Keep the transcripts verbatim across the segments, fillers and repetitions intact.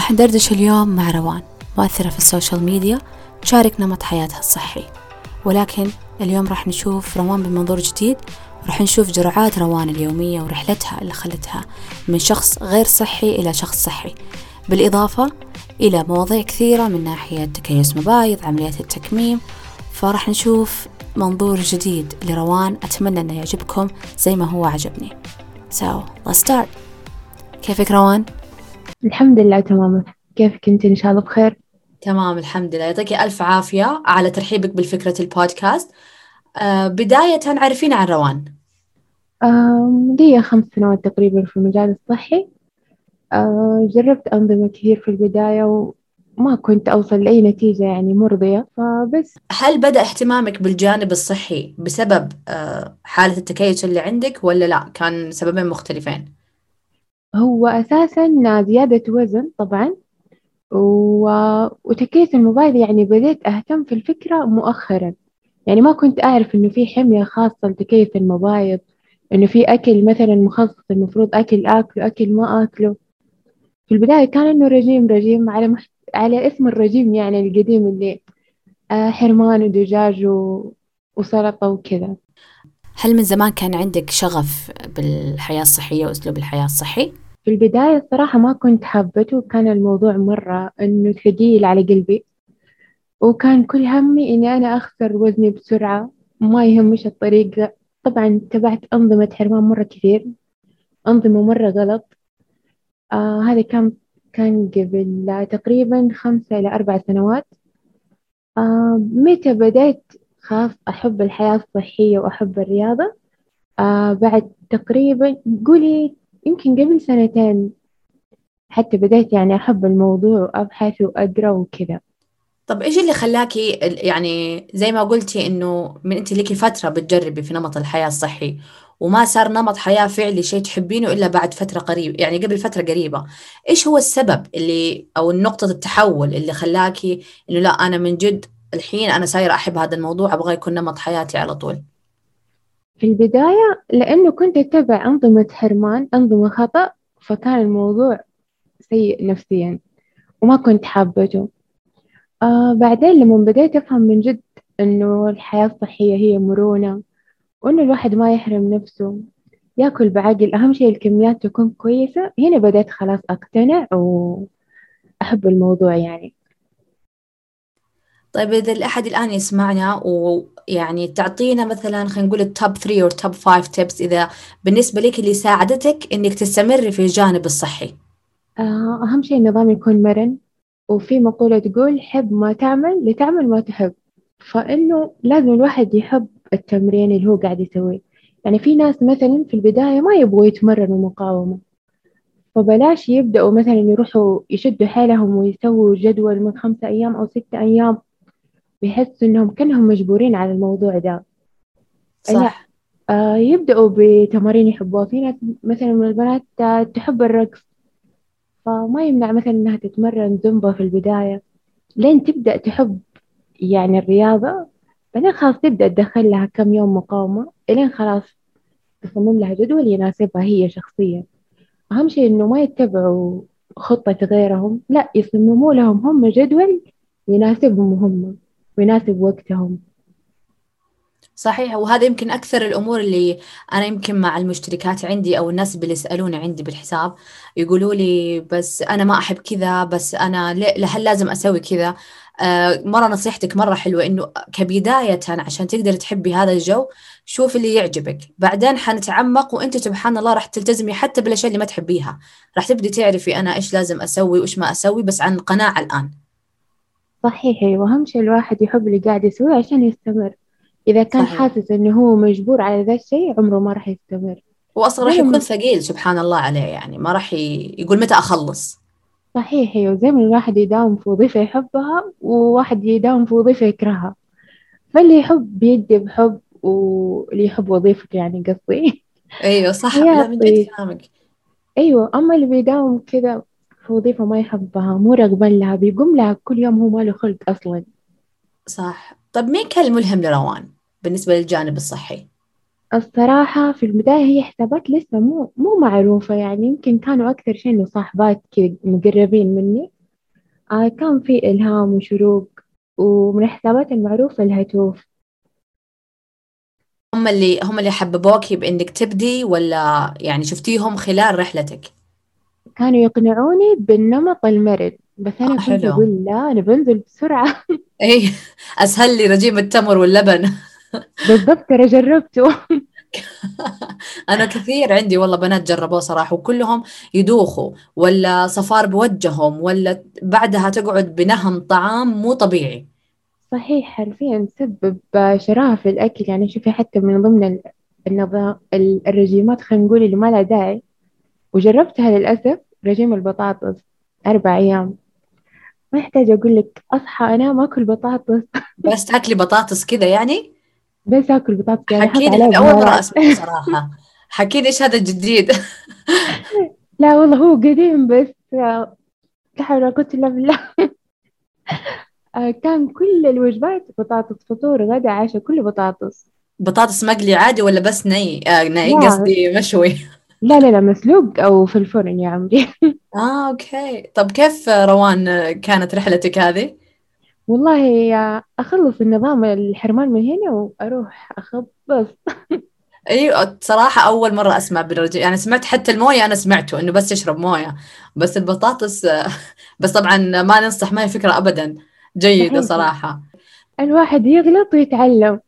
راح ندردش اليوم مع روان، مؤثرة في السوشيال ميديا تشارك نمط حياتها الصحي. ولكن اليوم راح نشوف روان بمنظور جديد، وراح نشوف جرعات روان اليومية ورحلتها اللي خلتها من شخص غير صحي إلى شخص صحي، بالإضافة إلى مواضيع كثيرة من ناحية تكيس مبايض، عمليات التكميم. فراح نشوف منظور جديد لروان، أتمنى أنه يعجبكم زي ما هو عجبني. So let's start. كيفك روان؟ الحمد لله تماما. كيفك أنت؟ إن شاء الله بخير. تمام الحمد لله، يعطيك ألف عافية على ترحيبك بالفكرة البودكاست. آه بداية عرفينا عن روان. آم، لي خمس سنوات تقريبا في المجال الصحي. آه، جربت أنظمة كثير في البداية وما كنت أوصل لأي نتيجة يعني مرضية، فبس. هل بدأ اهتمامك بالجانب الصحي بسبب آه حالة التكيس اللي عندك، ولا لا كان سببين مختلفين؟ هو أساسا زيادة وزن طبعا، و... وتكيس الموبايل. يعني بديت أهتم في الفكرة مؤخرا، يعني ما كنت أعرف إنه في حمية خاصة لتكيس الموبايل، إنه في أكل مثلا مخصص المفروض أكل آكله أكل ما آكله. في البداية كان إنه رجيم رجيم على مح... على اسم الرجيم يعني القديم، اللي آه حرمان ودجاج و... وسلطة وكذا. هل من زمان كان عندك شغف بالحياة الصحية وأسلوب الحياة الصحي؟ في البداية الصراحة ما كنت حابته، وكان الموضوع مرة إنه ثقيل على قلبي، وكان كل همي إني أنا أخسر وزني بسرعة، ما يهمش الطريقة. طبعا تبعت أنظمة حرمان مرة كثير، أنظمة مرة غلط. آه هذا كان كان قبل آه، تقريبا خمسة إلى أربع سنوات. آه متى بدأت خلاص أحب الحياة الصحية وأحب الرياضة؟ آه بعد تقريبا قولي يمكن قبل سنتين، حتى بدأت يعني أحب الموضوع وأبحث وأقرأ وكذا. طب إيش اللي خلاكي يعني زي ما قلتي إنه من أنت ليكي فترة بتجربي في نمط الحياة الصحي، وما صار نمط حياة فعلي شيء تحبينه إلا بعد فترة قريبة، يعني قبل فترة قريبة. إيش هو السبب اللي أو نقطة التحول اللي خلاكي إنه لا أنا من جد الحين أنا صايرة أحب هذا الموضوع، أبغى يكون نمط حياتي على طول؟ في البداية لأنه كنت أتبع أنظمة حرمان، أنظمة خطأ، فكان الموضوع سيء نفسيا وما كنت حابته. آه بعدين لما بديت أفهم من جد إنه الحياة الصحية هي مرونة، وإنه الواحد ما يحرم نفسه، ياكل بعقل، أهم شيء الكميات تكون كويسة، هنا بدأت خلاص أقتنع وأحب الموضوع يعني. طيب إذا الأحد الآن يسمعنا ويعني تعطينا مثلا خلينا نقول التوب ثلاثة أو التوب خمسة تيبس إذا بالنسبة لك اللي ساعدتك إنك تستمري في الجانب الصحي. آه أهم شيء النظام يكون مرن، وفي مقولة تقول حب ما تعمل لتعمل ما تحب. فإنه لازم الواحد يحب التمرين اللي هو قاعد يسويه. يعني في ناس مثلا في البداية ما يبغوا يتمرنوا مقاومة، فبلاش يبدأوا مثلا يروحوا يشدوا حيلهم ويسووا جدول من خمسة أيام أو ستة أيام، بيحسوا إنهم كأنهم مجبورين على الموضوع ده. لا، صح. آه يبدأوا بتمارين يحبوها. في ناس مثلا من البنات آه، تحب الرقص، فما يمنع مثلا إنها تتمرن زومبا في البداية لين تبدأ تحب يعني الرياضة. بعدين خلاص تبدأ تدخل لها كم يوم مقاومة إلين خلاص تصمم لها جدول يناسبها هي شخصيا. أهم شيء إنه ما يتبعوا خطة غيرهم، لا، يصمموا لهم هم جدول يناسبهم هم ويناسب وقتهم. صحيح، وهذا يمكن أكثر الأمور اللي أنا يمكن مع المشتركات عندي أو الناس اللي يسألوني عندي بالحساب يقولوا لي بس أنا ما أحب كذا، بس أنا ليه- هل لازم أسوي كذا؟ آه مرة نصيحتك مرة حلوة إنه كبداية عشان تقدر تحبي هذا الجو شوف اللي يعجبك، بعدين حنتعمق وأنت سبحان الله راح تلتزمي حتى بالأشياء اللي ما تحبيها، راح تبدي تعرفي أنا إيش لازم أسوي وإيش ما أسوي، بس عن قناعة الآن. صحيح، وأهم شيء الواحد يحب اللي قاعد يسويه عشان يستمر. إذا كان صحيح. حاسس إنه هو مجبور على ذا الشيء عمره ما راح يستمر. هو أصلا زي راح يكون ما ثقيل سبحان الله عليه، يعني ما راح ي... يقول متى أخلص. صحيح، وزي ما الواحد يداوم في وظيفة يحبها وواحد يداوم في وظيفة يكرهها، فاللي يحب بيدي بحب، واللي يحب وظيفته يعني قصدي ايوه صح، لا من جد يعطي. كلامك. أيوة، أما اللي بيداوم كذا في وظيفة ما يحبها، مو رغبا لها، بيقوم لها كل يوم هو ما له خلق أصلا. صح. طب مين كان الملهم لروان بالنسبة للجانب الصحي؟ الصراحة في البداية هي حسابات لسه مو مو معروفة، يعني يمكن كانوا أكثر شيء إنه صاحبات كذا مقربين مني. آه كان في إلهام وشروق، ومن الحسابات المعروفة الهتوف. هم اللي هم اللي حببوكي بإنك تبدي، ولا يعني شفتيهم خلال رحلتك؟ كانوا يقنعوني بالنمط المرن، بس أنا آه كنت حلو. أقول لا، أنا بنزل بسرعة. اي، اسهل لي رجيم التمر واللبن. بالضبط، ترى جربته. انا كثير عندي والله بنات جربوه صراحة، وكلهم يدوخوا، ولا صفار بوجههم، ولا بعدها تقعد بنهم طعام مو طبيعي. صحيح، حرفيا تسبب شراهة في الأكل. يعني شوفي، حتى من ضمن ال- النظام ال- الرجيمات، خلينا نقول اللي ما لها داعي، وجربتها للأسف، رجيم البطاطس. أربع أيام، ما يحتاج أقول لك، أصحى أنام أكل بطاطس. بس تاكلي بطاطس كذا يعني؟ بس أكل بطاطس، يعني أحط حكيني، عليها هذا اول مرة بهارات. اسمعه صراحة. حكيني ايش هذا الجديد. لا والله، هو قديم بس آه، لا حول ولا قوة إلا بالله. آه، كان كل الوجبات بطاطس، فطور غدا عشاء كله بطاطس. بطاطس مقلي عادي ولا بس ني، آه ني لا قصدي مشوي؟ لا لا لا، مسلوق أو في الفرن يا عمري. اه اوكي. طب كيف روان كانت رحلتك هذه؟ والله آه، أخلص النظام الحرمان من هنا وأروح أخبص. ايوه صراحة أول مرة أسمع بالرجل، يعني سمعت حتى الموية، أنا سمعته إنه بس يشرب موية، بس البطاطس بس طبعا ما ننصح، ما هي فكرة أبدا جيدة صحيح، صراحة. الواحد يغلط ويتعلم.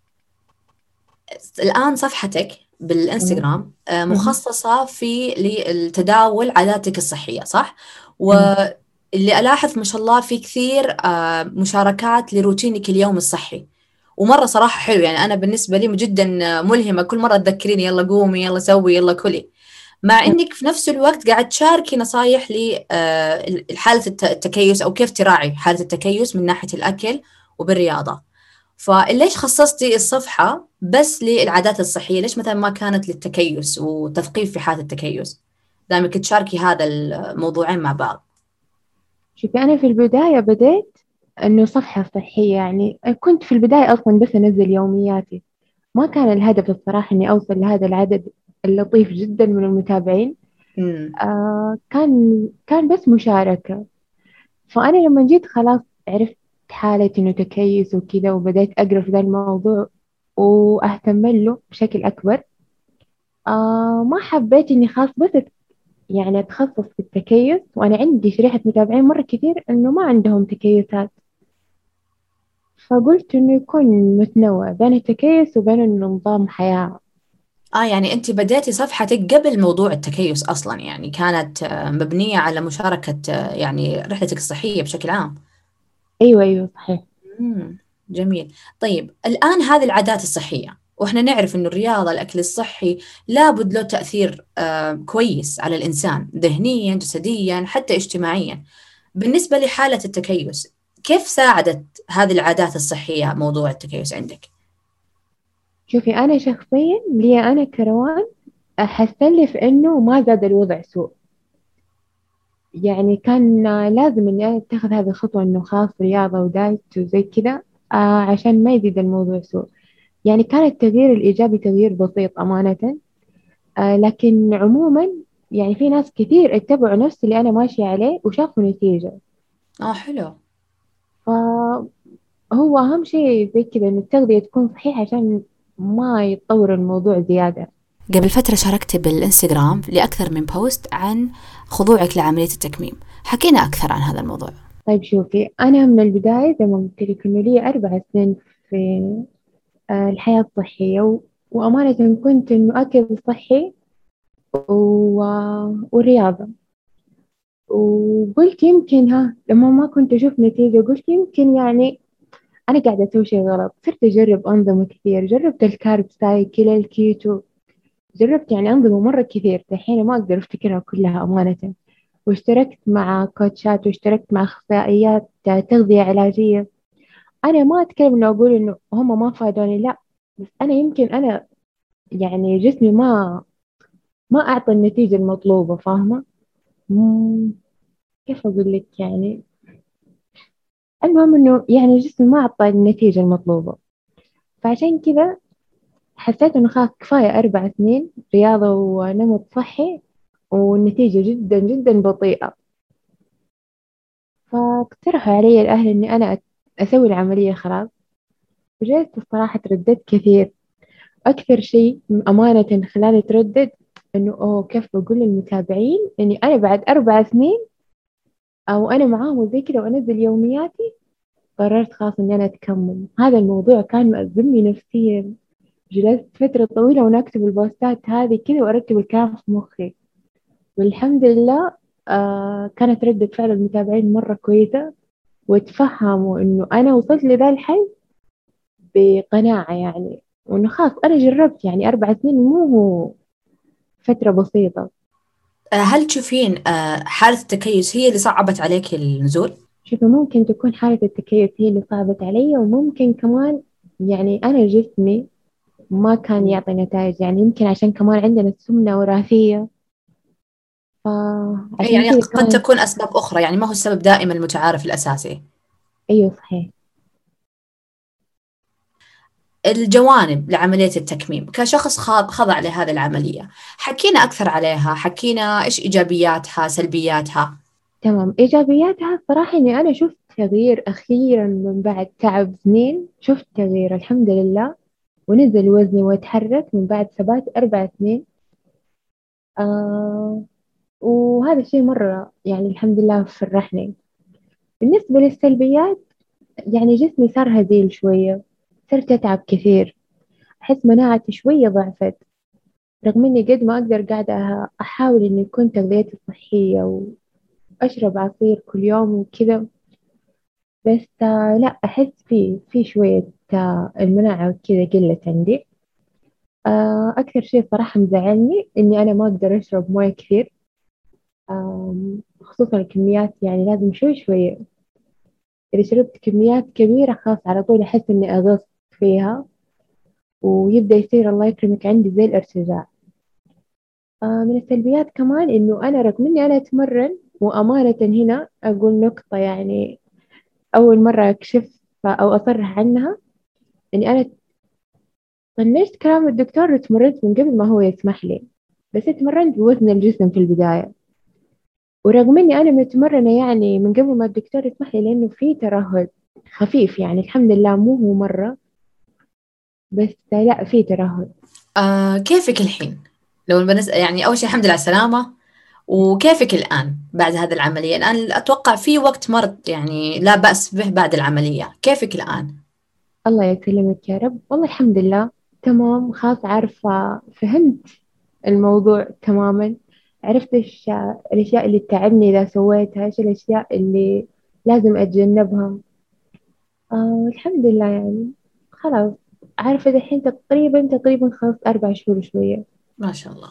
الآن صفحتك مم. بالإنستغرام آه، مم. مخصصة في للتداول عاداتك الصحية، صح؟ مم. واللي ألاحظ ما شاء الله في كثير آه، مشاركات لروتينك اليوم الصحي، ومرة صراحة حلو. يعني أنا بالنسبة لي جدا ملهمة، كل مرة تذكريني يلا قومي يلا سوي يلا كلي، مع انك في نفس الوقت قاعد تشاركي نصايح لحالة التكيس، او كيف تراعي حالة التكيس من ناحية الاكل وبالرياضة. فليش خصصتي الصفحة بس للعادات الصحية؟ ليش مثلا ما كانت للتكيس وتثقيف في حالة التكيس، دائما تشاركي هذا الموضوعين مع بعض؟ شوفي، أنا في البداية بديت إنه صفحة صحية. يعني كنت في البداية أصلا بس أنزل يومياتي، ما كان الهدف الصراحة إني أوصل لهذا العدد اللطيف جدا من المتابعين. امم. آه كان كان بس مشاركة. فأنا لما جيت خلاص عرفت حالة إنه تكيس وكذا، وبدأت أقرأ في ذا الموضوع وأهتم له بشكل أكبر. آه ما حبيت إني خاص بس أت- يعني أتخصص في التكيس، وأنا عندي شريحة متابعين مرة كثير إنه ما عندهم تكيسات. فقلت إنه يكون متنوع بين التكيس وبين إنه نظام حياة. اه يعني انت بديتي صفحتك قبل موضوع التكيس اصلا، يعني كانت آه، مبنية على مشاركة آه، يعني رحلتك الصحية بشكل عام. أيوة أيوة صحيح. مم. جميل. طيب الآن هذه العادات الصحية، وإحنا نعرف إنه الرياضة، الأكل الصحي لابد له تأثير آه كويس على الإنسان، ذهنيا جسديا حتى اجتماعيا. بالنسبة لحالة التكيس، كيف ساعدت هذه العادات الصحية موضوع التكيس عندك؟ شوفي، أنا شخصيا لي أنا كروان أحسن لي في إنه ما زاد الوضع سوء. يعني كان لازم إني أنا أتخذ هذه الخطوة، إنه خلاص رياضة ودايت وزي كذا، آه عشان ما يزيد الموضوع سوء. يعني كان التغيير الإيجابي تغيير بسيط أمانة. آه لكن عموما، يعني في ناس كثير اتبعوا نفس اللي أنا ماشية عليه وشافوا نتيجة. آه حلو. فهو أهم شيء زي كذا إنه التغذية تكون صحيحة عشان ما يتطور الموضوع زيادة. قبل فترة شاركت بالإنستغرام لأكثر من بوست عن خضوعك لعملية التكميم، حكينا أكثر عن هذا الموضوع. طيب شوفي، أنا من البداية زي ما قلت لك إنه لي أربع سنين في آه، الحياة الصحية، و... وأمانة كنت إنه أكل صحي و... ورياضة. وقلت يمكن ها لما ما كنت أشوف نتيجة، قلت يمكن يعني أنا قاعدة أسوي شيء غلط. صرت أجرب أنظمة كثير، جربت الكارب سايكل، الكيتو، جربت يعني أنظمة مرة كثير، الحين ما أقدر أفتكرها كلها أمانة. واشتركت مع كوتشات، واشتركت مع أخصائيات تغذية علاجية. أنا ما أتكلم إنه أقول إنه هم ما فادوني، لا، بس أنا يمكن أنا يعني جسمي ما ما أعطى النتيجة المطلوبة، فاهمة؟ مم، كيف أقول لك يعني. المهم إنه يعني جسمي ما أعطى النتيجة المطلوبة. فعشان كذا حسيت إنه خلاص كفاية أربع سنين رياضة ونمط صحي والنتيجة جدا جدا بطيئة. فاقترحوا علي الأهل إني أنا أت- أسوي العملية خلاص. وجلست الصراحة ترددت كثير. أكثر شيء أمانة خلاني أتردد إنه أوه كيف بقول للمتابعين إني أنا بعد أربع سنين أو أنا معاهم وزي كذا وأنزل يومياتي. قررت خلاص إني أنا أتكمل. هذا الموضوع كان مأزمني نفسيا. جلست فترة طويلة وأنا أكتب البوستات هذه كذا وأرتب الكلام في مخي. والحمد لله آه كانت ردة فعل المتابعين مرة كويسة، وتفهموا إنه أنا وصلت لذا الحل بقناعة يعني، وإنه خلاص أنا جربت يعني أربع سنين مو هو فترة بسيطة. آه، هل تشوفين آه، حالة التكيس هي اللي صعبت عليك النزول؟ شوفي ممكن تكون حالة التكيف هي اللي صعبت علي، وممكن كمان يعني أنا جسمي ما كان مم. يعطي نتائج، يعني يمكن عشان كمان عندنا السمنة وراثية، إيه، فعشان يعني كذا قد كان. تكون أسباب أخرى، يعني ما هو السبب دائما المتعارف الأساسي. أيوه صحيح. الجوانب لعملية التكميم كشخص خاض خضع لهذه العملية، حكينا أكثر عليها، حكينا إيش إيجابياتها سلبياتها. تمام، إيجابياتها الصراحة إني أنا شفت تغيير أخيرا من بعد تعب سنين. شفت تغيير الحمد لله، ونزل وزني واتحرك من بعد ثبات أربع سنين. آه وهذا الشيء مرة يعني الحمد لله فرحني. بالنسبة للسلبيات، يعني جسمي صار هزيل شوية، صرت أتعب كثير، أحس مناعتي شوية ضعفت، رغم إني قد ما أقدر قاعدة أحاول إني يكون تغذيتي صحية وأشرب عصير كل يوم وكذا. بس آه لا أحس في في شوية آه المناعة كذا قلت عندي. آه أكثر شيء صراحة مزعلني إني أنا ما أقدر أشرب موية كثير. آم، خصوصا الكميات، يعني لازم شوي شوية. إذا شربت كميات كبيرة خلاص على طول أحس إني أغص فيها، ويبدأ يصير الله يكرمك عندي زي الارتجاع. آه من السلبيات كمان إنه أنا رغم إني أنا أتمرن، وأمانة هنا أقول نقطة يعني أول مرة أكشف أو أصرح عنها، إني أنا طنشت كلام الدكتور وتمرنت من قبل ما هو يسمح لي. بس اتمرنت بوزن الجسم في البداية، ورغم إني أنا متمرنة يعني من قبل ما الدكتور يسمح لي، لأنه في ترهل خفيف يعني الحمد لله مو هو مرة، بس لا في ترهل. آه كيفك الحين؟ لو بنس يعني أول شيء الحمد لله على السلامة. وكيفك الآن بعد هذه العملية؟ الآن أتوقع في وقت مرض يعني لا بأس به بعد العملية، كيفك الآن؟ الله يسلمك يا رب، والله الحمد لله تمام. خلاص عارفة، فهمت الموضوع تماما. عرفت إيش الأشياء اللي تتعبني إذا سويتها، إيش الأشياء اللي لازم أتجنبها. آه الحمد لله يعني خلاص. عارفة دحين تقريبا تقريبا خلاص أربع شهور شوية. ما شاء الله.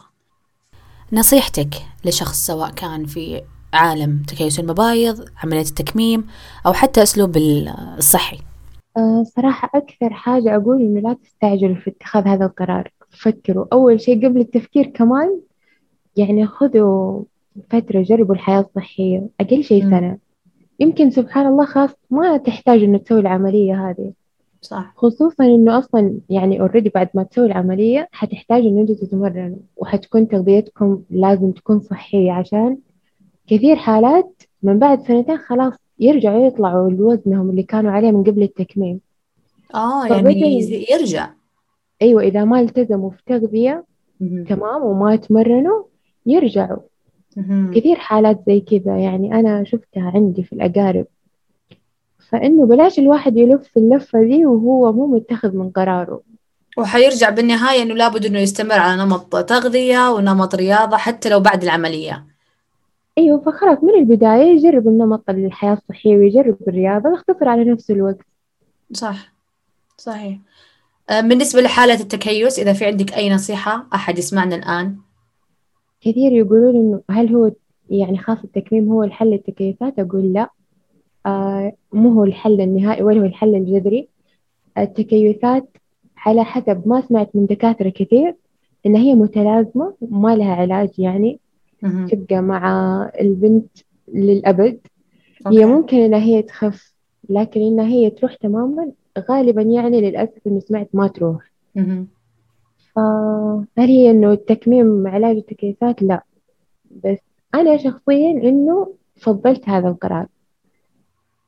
نصيحتك لشخص سواء كان في عالم تكيس المبايض، عملية التكميم، أو حتى أسلوب الصحي. آه صراحة أكثر حاجة أقول إنه لا تستعجلوا في اتخاذ هذا القرار. فكروا أول شيء قبل التفكير كمان، يعني خذوا فترة، جربوا الحياة الصحية أقل شيء مم. سنة. يمكن سبحان الله خلاص ما تحتاج إنك تسوي العملية هذه. صح. خصوصا إنه أصلا يعني أوريدي بعد ما تسوي العملية حتحتاج إنه أنتوا تتمرنوا، وحتكون تغذيتكم لازم تكون صحية، عشان كثير حالات من بعد سنتين خلاص يرجعوا يطلعوا لوزنهم اللي كانوا عليه من قبل التكميم. آه يعني فبدل زي- يرجع. أيوة إذا ما التزموا في تغذية مهم. تمام وما تمرنوا يرجعوا. مهم. كثير حالات زي كذا يعني أنا شفتها عندي في الأقارب. فإنه بلاش الواحد يلف في اللفة دي وهو مو متخذ من قراره. وحيرجع بالنهاية إنه لابد إنه يستمر على نمط تغذية ونمط رياضة حتى لو بعد العملية. أيوة فخلاص من البداية يجرب النمط الحياة الصحية ويجرب الرياضة ويختصر على نفسه الوقت. صح. صحيح. آه، بالنسبة لحالة التكيس، إذا في عندك أي نصيحة أحد يسمعنا الآن. كثير يقولون إنه هل هو يعني خاص التكميم هو الحل للتكيفات؟ أقول لا. آه مو هو الحل النهائي ولا هو الحل الجذري. التكيفات على حسب ما سمعت من دكاترة كثير إن هي متلازمة وما لها علاج يعني، مهم. تبقى مع البنت للأبد. هي أوكي. ممكن إن هي تخف، لكن إن هي تروح تماما غالبا يعني للأسف إنه سمعت ما تروح. مهم. فهل هي إنه التكميم علاج التكيفات؟ لا. بس أنا شخصيا إنه فضلت هذا القرار.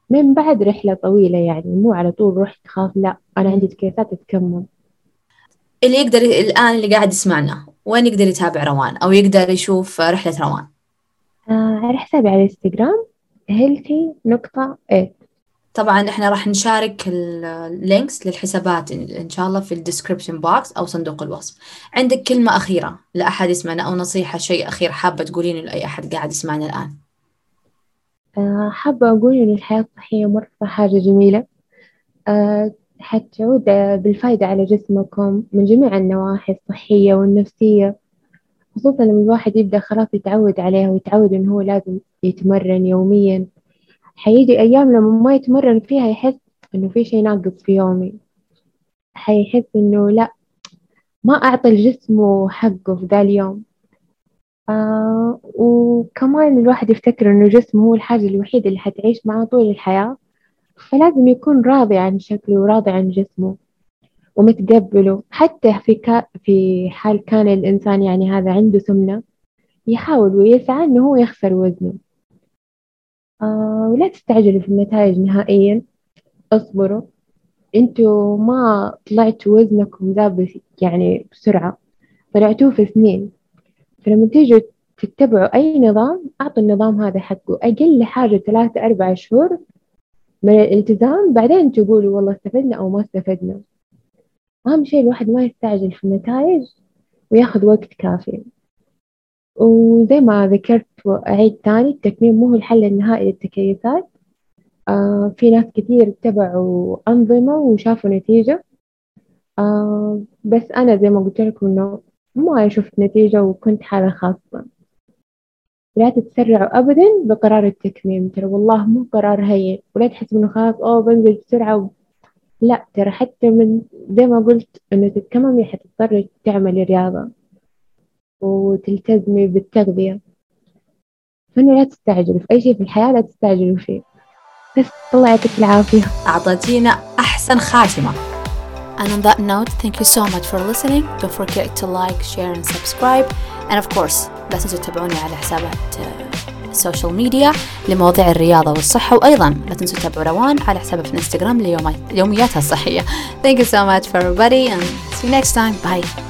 من بعد رحلة طويلة، يعني مو على طول رحت خاف، لا أنا عندي تكيسات تكمل. اللي يقدر الآن اللي قاعد يسمعنا وين يقدر يتابع روان أو يقدر يشوف رحلة روان؟ آه على حسابي على الانستغرام هيلثي نقطة إيه. طبعا احنا راح نشارك اللينكس للحسابات ان شاء الله في الديسكريبشن بوكس او صندوق الوصف. عندك كلمة أخيرة لأحد يسمعنا أو نصيحة، شيء أخير حابة تقولينه لأي أحد قاعد يسمعنا الآن؟ آه حابة أقول إن الحياة الصحية مرة حاجة جميلة. آه حتعود آه، بالفايدة على جسمكم من جميع النواحي الصحية والنفسية، خصوصا لما الواحد يبدأ خلاص يتعود عليها ويتعود إنه هو لازم يتمرن يوميا. حيجي أيام لما ما يتمرن فيها يحس إنه في شيء ناقص في يومي، حيحس إنه لا، ما أعطى لجسمه حقه في ذا اليوم. آه وكمان الواحد يفتكر إنه جسمه هو الحاجة الوحيدة اللي حتعيش معاه طول الحياة، فلازم يكون راضي عن شكله وراضي عن جسمه ومتقبله. حتى في كا في حال كان الإنسان يعني هذا عنده سمنة، يحاول ويسعى إنه هو يخسر وزنه. آه ولا تستعجلوا في النتائج نهائيا، اصبروا. انتوا ما طلعتوا وزنكم ذا بس- يعني بسرعة، طلعتوه في سنين. فلما تيجوا تتبعوا أي نظام، أعطوا النظام هذا حقه، أقل حاجة ثلاثة أربعة شهور من الالتزام، بعدين تقولوا والله استفدنا أو ما استفدنا. أهم شيء الواحد ما يستعجل في النتائج وياخذ وقت كافي. وزي ما ذكرت وأعيد تاني، التكميم مو هو الحل النهائي للتكيسات. آه في ناس كثير اتبعوا أنظمة وشافوا نتيجة. آه بس أنا زي ما قلت لكم إنه ما شفت نتيجة وكنت حالة خاصة. لا تتسرعوا أبدا بقرار التكميم، ترى والله مو قرار هين، ولا تحسبوا إنه خلاص أوه بنزل بسرعة و... لا، ترى حتى من زي ما قلت إنه تتكممي حتضطري تعملي رياضة وتلتزمي بالتغذية. فإنه لا تستعجلوا في أي شيء في الحياة، لا تستعجلوا فيه. بس الله يعطيك العافية، أعطيتينا أحسن خاتمة. And on that note, thank you so much for listening. Don't forget to like, share and subscribe. And of course, لا تنسوا تتابعوني على حسابات السوشيال ميديا لمواضيع الرياضة والصحة. وأيضا لا تنسوا تتابعوا روان على حسابها في الانستغرام ليومياتها الصحية. Thank you so much for everybody and see you next time. Bye.